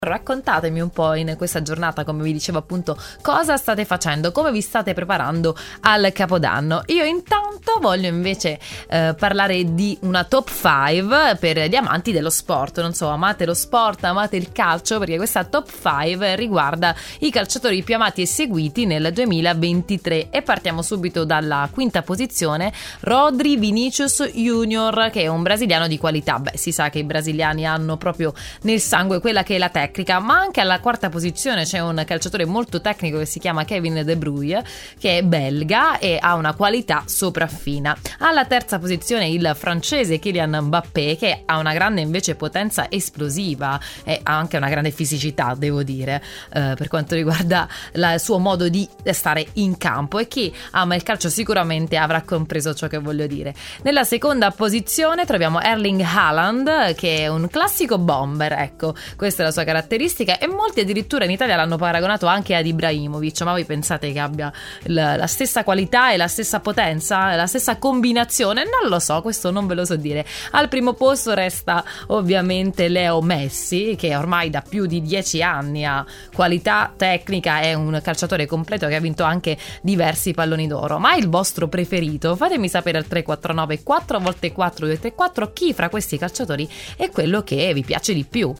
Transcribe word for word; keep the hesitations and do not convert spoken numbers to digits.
Raccontatemi un po' in questa giornata, come vi dicevo appunto, cosa state facendo, come vi state preparando al Capodanno. Io intanto voglio invece eh, parlare di una top cinque per gli amanti dello sport. Non so, amate lo sport, amate il calcio? Perché questa top cinque riguarda i calciatori più amati e seguiti nel duemilaventitré e partiamo subito dalla quinta posizione, Rodri Vinicius Junior, che è un brasiliano di qualità. Beh, si sa che i brasiliani hanno proprio nel sangue quella che è la tecnica. Ma anche alla quarta posizione c'è un calciatore molto tecnico che si chiama Kevin De Bruyne, che è belga e ha una qualità sopraffina. Alla terza posizione il francese Kylian Mbappé, che ha una grande invece potenza esplosiva e ha anche una grande fisicità, devo dire, eh, per quanto riguarda la, il suo modo di stare in campo, e chi ama il calcio sicuramente avrà compreso ciò che voglio dire. Nella seconda posizione troviamo Erling Haaland, che è un classico bomber, ecco, questa è la sua caratteristica, e molti addirittura in Italia l'hanno paragonato anche ad Ibrahimovic. Ma voi pensate che abbia la, la stessa qualità e la stessa potenza, la stessa combinazione? Non lo so, questo non ve lo so dire. Al primo posto resta ovviamente Leo Messi, che ormai da più di dieci anni ha qualità tecnica, è un calciatore completo che ha vinto anche diversi palloni d'oro. Ma il vostro preferito? Fatemi sapere al tre quattro nove quattro volte quattro due tre quattro chi fra questi calciatori è quello che vi piace di più.